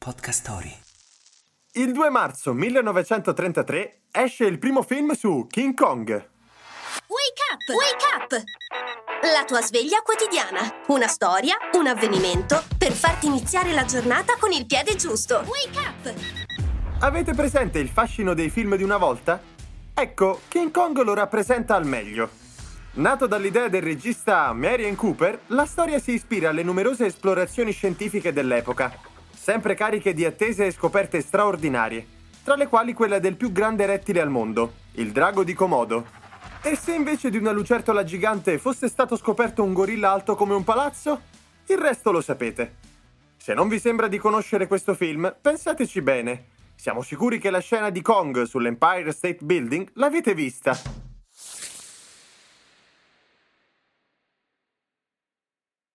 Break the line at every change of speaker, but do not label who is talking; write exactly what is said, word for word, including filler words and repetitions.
Podcast Story.
Il due marzo millenovecentotrentatré esce il primo film su King Kong.
Wake up! Wake up! La tua sveglia quotidiana. Una storia, un avvenimento per farti iniziare la giornata con il piede giusto. Wake up!
Avete presente il fascino dei film di una volta? Ecco, King Kong lo rappresenta al meglio. Nato dall'idea del regista Merian Cooper, la storia si ispira alle numerose esplorazioni scientifiche dell'epoca, sempre cariche di attese e scoperte straordinarie, tra le quali quella del più grande rettile al mondo, il drago di Komodo. E se invece di una lucertola gigante fosse stato scoperto un gorilla alto come un palazzo? Il resto lo sapete. Se non vi sembra di conoscere questo film, pensateci bene. Siamo sicuri che la scena di Kong sull'Empire State Building l'avete vista.